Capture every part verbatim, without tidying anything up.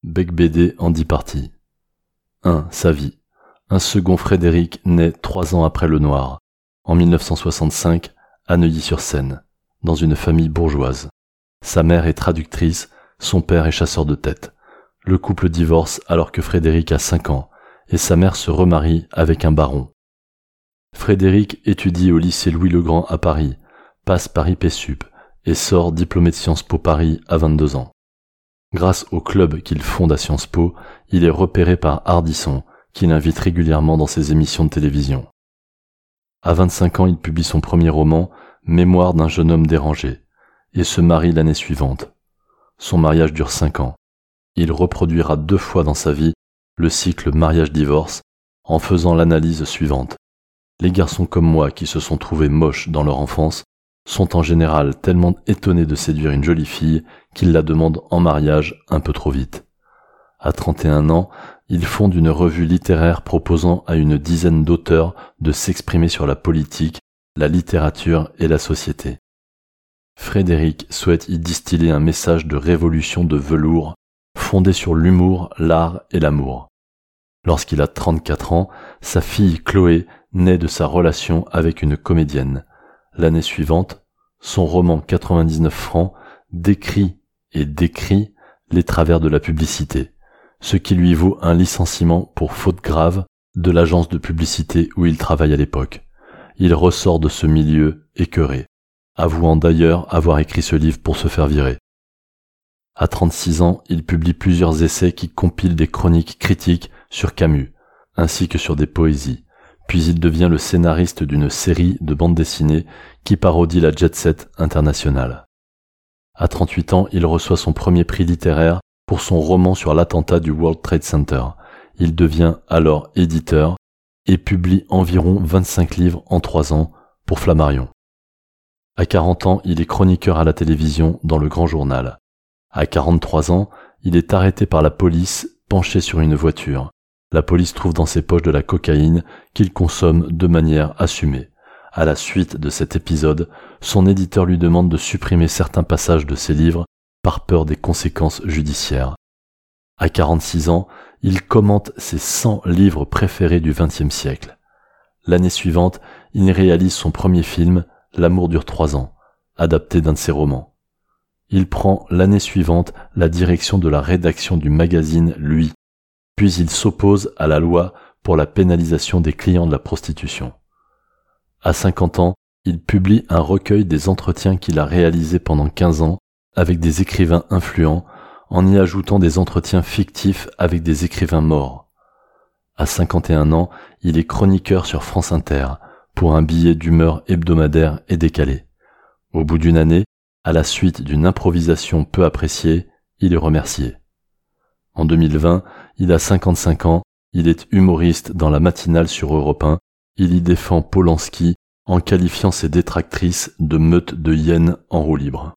Beigbeder en dix parties. un. Sa vie. Un second Frédéric naît trois ans après le Noir, en mille neuf cent soixante-cinq, à Neuilly-sur-Seine, dans une famille bourgeoise. Sa mère est traductrice, son père est chasseur de tête. Le couple divorce alors que Frédéric a cinq ans, et sa mère se remarie avec un baron. Frédéric étudie au lycée Louis-le-Grand à Paris, passe Paris P-Sup, et sort diplômé de Sciences Po Paris à vingt-deux ans. Grâce au club qu'il fonde à Sciences Po, il est repéré par Ardisson, qui l'invite régulièrement dans ses émissions de télévision. À vingt-cinq ans, il publie son premier roman, Mémoire d'un jeune homme dérangé, et se marie l'année suivante. Son mariage dure cinq ans. Il reproduira deux fois dans sa vie le cycle mariage-divorce, en faisant l'analyse suivante. Les garçons comme moi qui se sont trouvés moches dans leur enfance sont en général tellement étonnés de séduire une jolie fille qu'ils la demandent en mariage un peu trop vite. À trente et un ans, il fonde une revue littéraire proposant à une dizaine d'auteurs de s'exprimer sur la politique, la littérature et la société. Frédéric souhaite y distiller un message de révolution de velours, fondé sur l'humour, l'art et l'amour. Lorsqu'il a trente-quatre ans, sa fille Chloé naît de sa relation avec une comédienne. L'année suivante, son roman quatre-vingt-dix-neuf francs décrit et décrit les travers de la publicité, ce qui lui vaut un licenciement pour faute grave de l'agence de publicité où il travaille à l'époque. Il ressort de ce milieu écœuré, avouant d'ailleurs avoir écrit ce livre pour se faire virer. À trente-six ans, il publie plusieurs essais qui compilent des chroniques critiques sur Camus, ainsi que sur des poésies. Puis il devient le scénariste d'une série de bandes dessinées qui parodie la jet-set internationale. À trente-huit ans, il reçoit son premier prix littéraire pour son roman sur l'attentat du World Trade Center. Il devient alors éditeur et publie environ vingt-cinq livres en trois ans pour Flammarion. À quarante ans, il est chroniqueur à la télévision dans Le Grand Journal. À quarante-trois ans, il est arrêté par la police penché sur une voiture. La police trouve dans ses poches de la cocaïne qu'il consomme de manière assumée. À la suite de cet épisode, son éditeur lui demande de supprimer certains passages de ses livres par peur des conséquences judiciaires. À quarante-six ans, il commente ses cent livres préférés du vingtième siècle. L'année suivante, il réalise son premier film, L'amour dure trois ans, adapté d'un de ses romans. Il prend l'année suivante la direction de la rédaction du magazine Lui, puis il s'oppose à la loi pour la pénalisation des clients de la prostitution. À cinquante ans, il publie un recueil des entretiens qu'il a réalisés pendant quinze ans avec des écrivains influents, en y ajoutant des entretiens fictifs avec des écrivains morts. À cinquante et un ans, il est chroniqueur sur France Inter, pour un billet d'humeur hebdomadaire et décalé. Au bout d'une année, à la suite d'une improvisation peu appréciée, il est remercié. En deux mille vingt, il a cinquante-cinq ans, il est humoriste dans la matinale sur Europe un, il y défend Polanski en qualifiant ses détractrices de meute de hyènes en roue libre.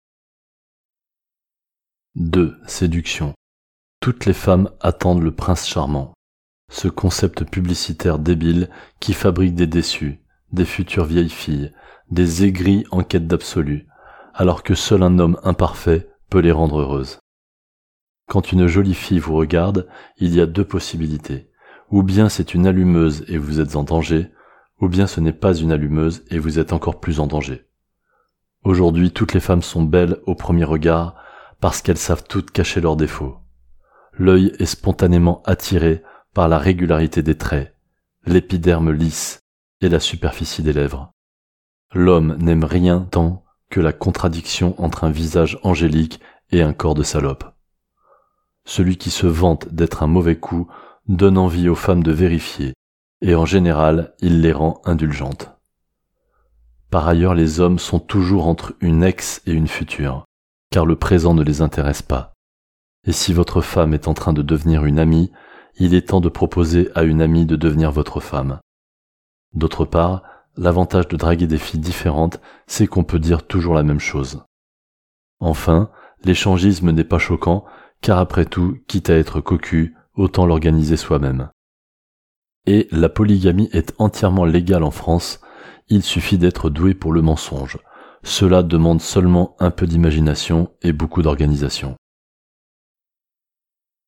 deux. Séduction. Toutes les femmes attendent le prince charmant. Ce concept publicitaire débile qui fabrique des déçus, des futures vieilles filles, des aigris en quête d'absolu, alors que seul un homme imparfait peut les rendre heureuses. Quand une jolie fille vous regarde, il y a deux possibilités. Ou bien c'est une allumeuse et vous êtes en danger, ou bien ce n'est pas une allumeuse et vous êtes encore plus en danger. Aujourd'hui, toutes les femmes sont belles au premier regard parce qu'elles savent toutes cacher leurs défauts. L'œil est spontanément attiré par la régularité des traits, l'épiderme lisse et la superficie des lèvres. L'homme n'aime rien tant que la contradiction entre un visage angélique et un corps de salope. Celui qui se vante d'être un mauvais coup donne envie aux femmes de vérifier, et en général, il les rend indulgentes. Par ailleurs, les hommes sont toujours entre une ex et une future, car le présent ne les intéresse pas. Et si votre femme est en train de devenir une amie, il est temps de proposer à une amie de devenir votre femme. D'autre part, l'avantage de draguer des filles différentes, c'est qu'on peut dire toujours la même chose. Enfin, l'échangisme n'est pas choquant, car après tout, quitte à être cocu, autant l'organiser soi-même. Et la polygamie est entièrement légale en France, il suffit d'être doué pour le mensonge. Cela demande seulement un peu d'imagination et beaucoup d'organisation.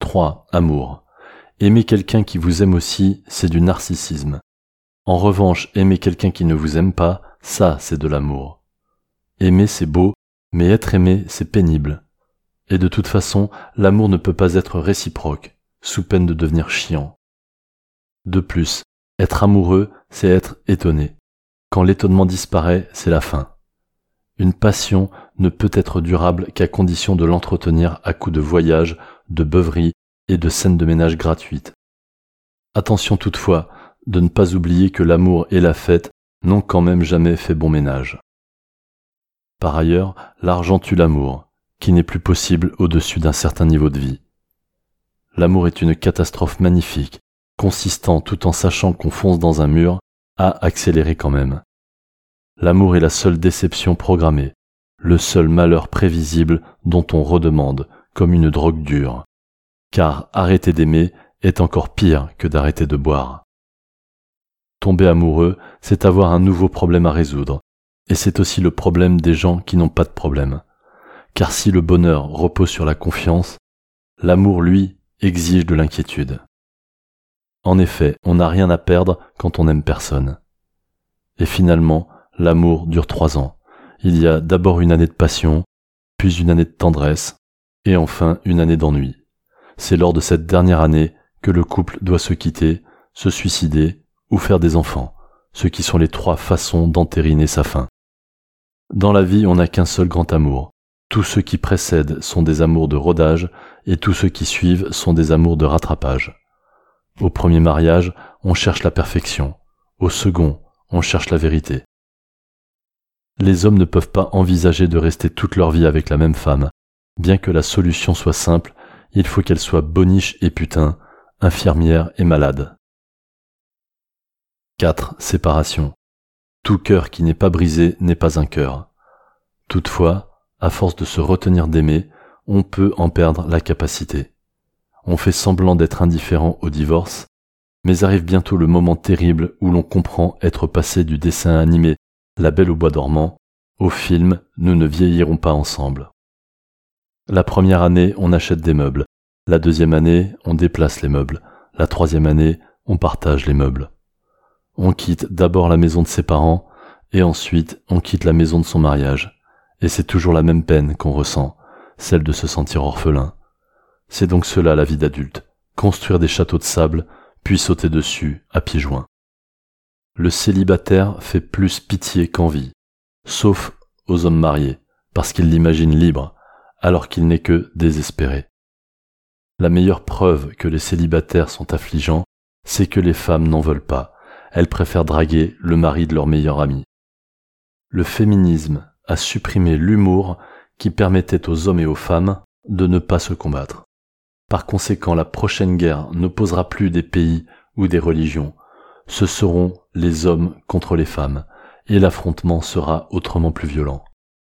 trois. Amour. Aimer quelqu'un qui vous aime aussi, c'est du narcissisme. En revanche, aimer quelqu'un qui ne vous aime pas, ça, c'est de l'amour. Aimer, c'est beau, mais être aimé, c'est pénible. Et de toute façon, l'amour ne peut pas être réciproque, sous peine de devenir chiant. De plus, être amoureux, c'est être étonné. Quand l'étonnement disparaît, c'est la fin. Une passion ne peut être durable qu'à condition de l'entretenir à coups de voyages, de beuveries et de scènes de ménage gratuites. Attention toutefois de ne pas oublier que l'amour et la fête n'ont quand même jamais fait bon ménage. Par ailleurs, l'argent tue l'amour, qui n'est plus possible au-dessus d'un certain niveau de vie. L'amour est une catastrophe magnifique, consistant tout en sachant qu'on fonce dans un mur, à accélérer quand même. L'amour est la seule déception programmée, le seul malheur prévisible dont on redemande, comme une drogue dure. Car arrêter d'aimer est encore pire que d'arrêter de boire. Tomber amoureux, c'est avoir un nouveau problème à résoudre, et c'est aussi le problème des gens qui n'ont pas de problème. Car si le bonheur repose sur la confiance, l'amour, lui, exige de l'inquiétude. En effet, on n'a rien à perdre quand on n'aime personne. Et finalement, l'amour dure trois ans. Il y a d'abord une année de passion, puis une année de tendresse, et enfin une année d'ennui. C'est lors de cette dernière année que le couple doit se quitter, se suicider ou faire des enfants, ce qui sont les trois façons d'entériner sa fin. Dans la vie, on n'a qu'un seul grand amour. Tous ceux qui précèdent sont des amours de rodage et tous ceux qui suivent sont des amours de rattrapage. Au premier mariage, on cherche la perfection. Au second, on cherche la vérité. Les hommes ne peuvent pas envisager de rester toute leur vie avec la même femme. Bien que la solution soit simple, il faut qu'elle soit boniche et putain, infirmière et malade. quatre. Séparation. Tout cœur qui n'est pas brisé n'est pas un cœur. Toutefois, à force de se retenir d'aimer, on peut en perdre la capacité. On fait semblant d'être indifférent au divorce, mais arrive bientôt le moment terrible où l'on comprend être passé du dessin animé La Belle au bois dormant au film Nous ne vieillirons pas ensemble. La première année, on achète des meubles. La deuxième année, on déplace les meubles. La troisième année, on partage les meubles. On quitte d'abord la maison de ses parents, et ensuite on quitte la maison de son mariage. Et c'est toujours la même peine qu'on ressent, celle de se sentir orphelin. C'est donc cela la vie d'adulte, construire des châteaux de sable, puis sauter dessus à pieds joints. Le célibataire fait plus pitié qu'envie, sauf aux hommes mariés, parce qu'il l'imagine libre, alors qu'il n'est que désespéré. La meilleure preuve que les célibataires sont affligeants, c'est que les femmes n'en veulent pas. Elles préfèrent draguer le mari de leur meilleur ami. Le féminisme a supprimé l'humour qui permettait aux hommes et aux femmes de ne pas se combattre. Par conséquent, la prochaine guerre n'opposera plus des pays ou des religions. Ce seront les hommes contre les femmes, et l'affrontement sera autrement plus violent.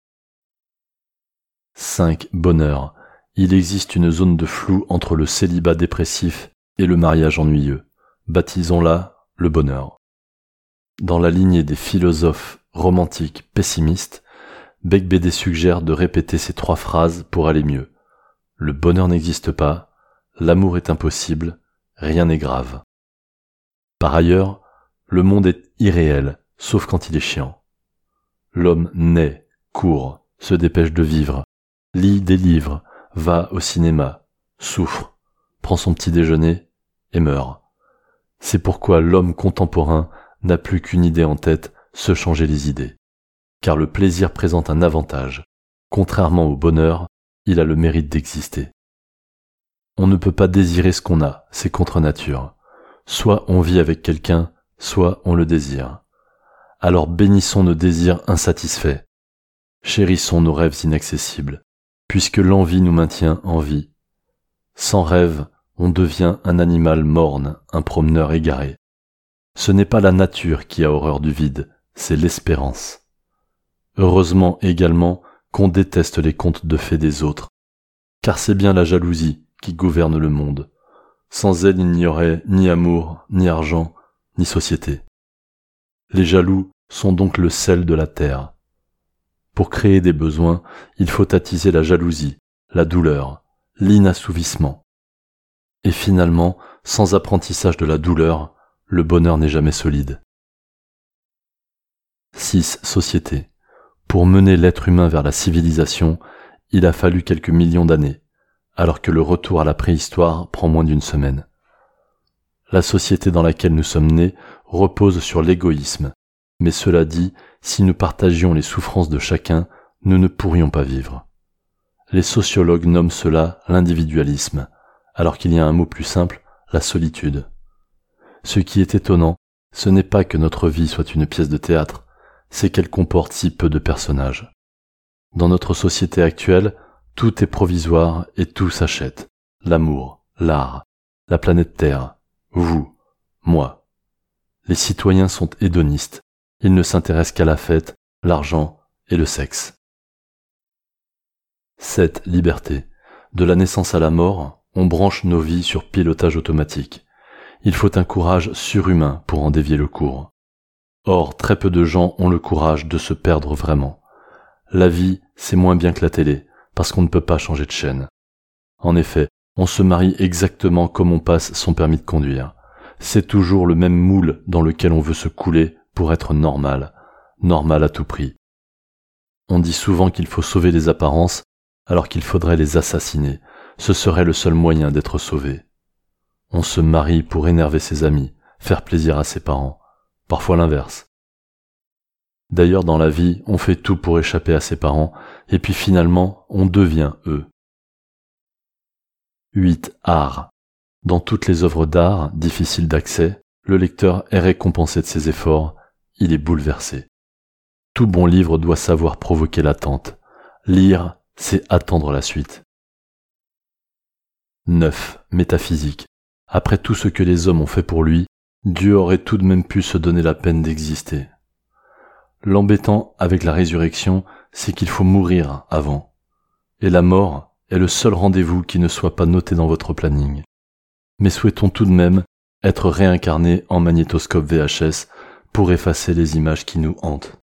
cinq. Bonheur. Il existe une zone de flou entre le célibat dépressif et le mariage ennuyeux. Baptisons-la le bonheur. Dans la lignée des philosophes romantiques pessimistes, Becbédé suggère de répéter ces trois phrases pour aller mieux. Le bonheur n'existe pas, l'amour est impossible, rien n'est grave. Par ailleurs, le monde est irréel, sauf quand il est chiant. L'homme naît, court, se dépêche de vivre, lit des livres, va au cinéma, souffre, prend son petit déjeuner et meurt. C'est pourquoi l'homme contemporain n'a plus qu'une idée en tête, se changer les idées. Car le plaisir présente un avantage. Contrairement au bonheur, il a le mérite d'exister. On ne peut pas désirer ce qu'on a, c'est contre nature. Soit on vit avec quelqu'un, soit on le désire. Alors bénissons nos désirs insatisfaits. Chérissons nos rêves inaccessibles, puisque l'envie nous maintient en vie. Sans rêve, on devient un animal morne, un promeneur égaré. Ce n'est pas la nature qui a horreur du vide, c'est l'espérance. Heureusement également qu'on déteste les contes de fées des autres, car c'est bien la jalousie qui gouverne le monde. Sans elle, il n'y aurait ni amour, ni argent, ni société. Les jaloux sont donc le sel de la terre. Pour créer des besoins, il faut attiser la jalousie, la douleur, l'inassouvissement. Et finalement, sans apprentissage de la douleur, le bonheur n'est jamais solide. six. Société. Pour mener l'être humain vers la civilisation, il a fallu quelques millions d'années, alors que le retour à la préhistoire prend moins d'une semaine. La société dans laquelle nous sommes nés repose sur l'égoïsme, mais cela dit, si nous partagions les souffrances de chacun, nous ne pourrions pas vivre. Les sociologues nomment cela l'individualisme, alors qu'il y a un mot plus simple, la solitude. Ce qui est étonnant, ce n'est pas que notre vie soit une pièce de théâtre, c'est qu'elle comporte si peu de personnages. Dans notre société actuelle, tout est provisoire et tout s'achète. L'amour, l'art, la planète Terre, vous, moi. Les citoyens sont hédonistes. Ils ne s'intéressent qu'à la fête, l'argent et le sexe. sept. Liberté. De la naissance à la mort, on branche nos vies sur pilotage automatique. Il faut un courage surhumain pour en dévier le cours. Or, très peu de gens ont le courage de se perdre vraiment. La vie, c'est moins bien que la télé, parce qu'on ne peut pas changer de chaîne. En effet, on se marie exactement comme on passe son permis de conduire. C'est toujours le même moule dans lequel on veut se couler pour être normal, normal à tout prix. On dit souvent qu'il faut sauver les apparences, alors qu'il faudrait les assassiner. Ce serait le seul moyen d'être sauvé. On se marie pour énerver ses amis, faire plaisir à ses parents, parfois l'inverse. D'ailleurs, dans la vie, on fait tout pour échapper à ses parents, et puis finalement, on devient eux. huit. Art. Dans toutes les œuvres d'art, difficiles d'accès, le lecteur est récompensé de ses efforts, il est bouleversé. Tout bon livre doit savoir provoquer l'attente. Lire, c'est attendre la suite. neuf. Métaphysique. Après tout ce que les hommes ont fait pour lui, Dieu aurait tout de même pu se donner la peine d'exister. L'embêtant avec la résurrection, c'est qu'il faut mourir avant. Et la mort est le seul rendez-vous qui ne soit pas noté dans votre planning. Mais souhaitons tout de même être réincarnés en magnétoscope V H S pour effacer les images qui nous hantent.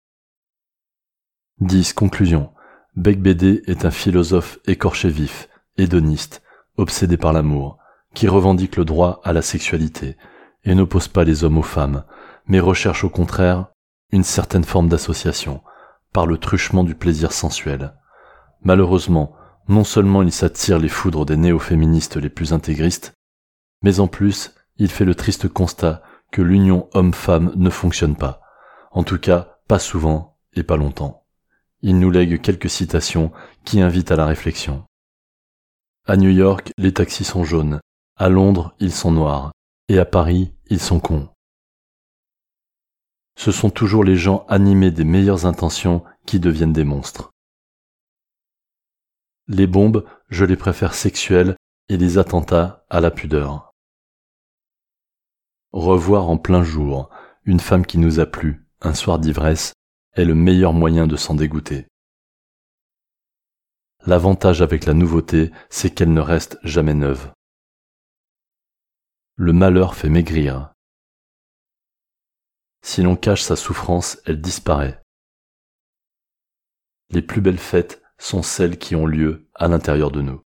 dix. Conclusion. Beigbeder est un philosophe écorché vif, hédoniste, obsédé par l'amour, qui revendique le droit à la sexualité et n'oppose pas les hommes aux femmes, mais recherche au contraire une certaine forme d'association, par le truchement du plaisir sensuel. Malheureusement, non seulement il s'attire les foudres des néo-féministes les plus intégristes, mais en plus, il fait le triste constat que l'union homme-femme ne fonctionne pas, en tout cas pas souvent et pas longtemps. Il nous lègue quelques citations qui invitent à la réflexion. À New York, les taxis sont jaunes, à Londres, ils sont noirs, et à Paris, ils sont cons. Ce sont toujours les gens animés des meilleures intentions qui deviennent des monstres. Les bombes, je les préfère sexuelles et les attentats à la pudeur. Revoir en plein jour une femme qui nous a plu, un soir d'ivresse, est le meilleur moyen de s'en dégoûter. L'avantage avec la nouveauté, c'est qu'elle ne reste jamais neuve. Le malheur fait maigrir. Si l'on cache sa souffrance, elle disparaît. Les plus belles fêtes sont celles qui ont lieu à l'intérieur de nous.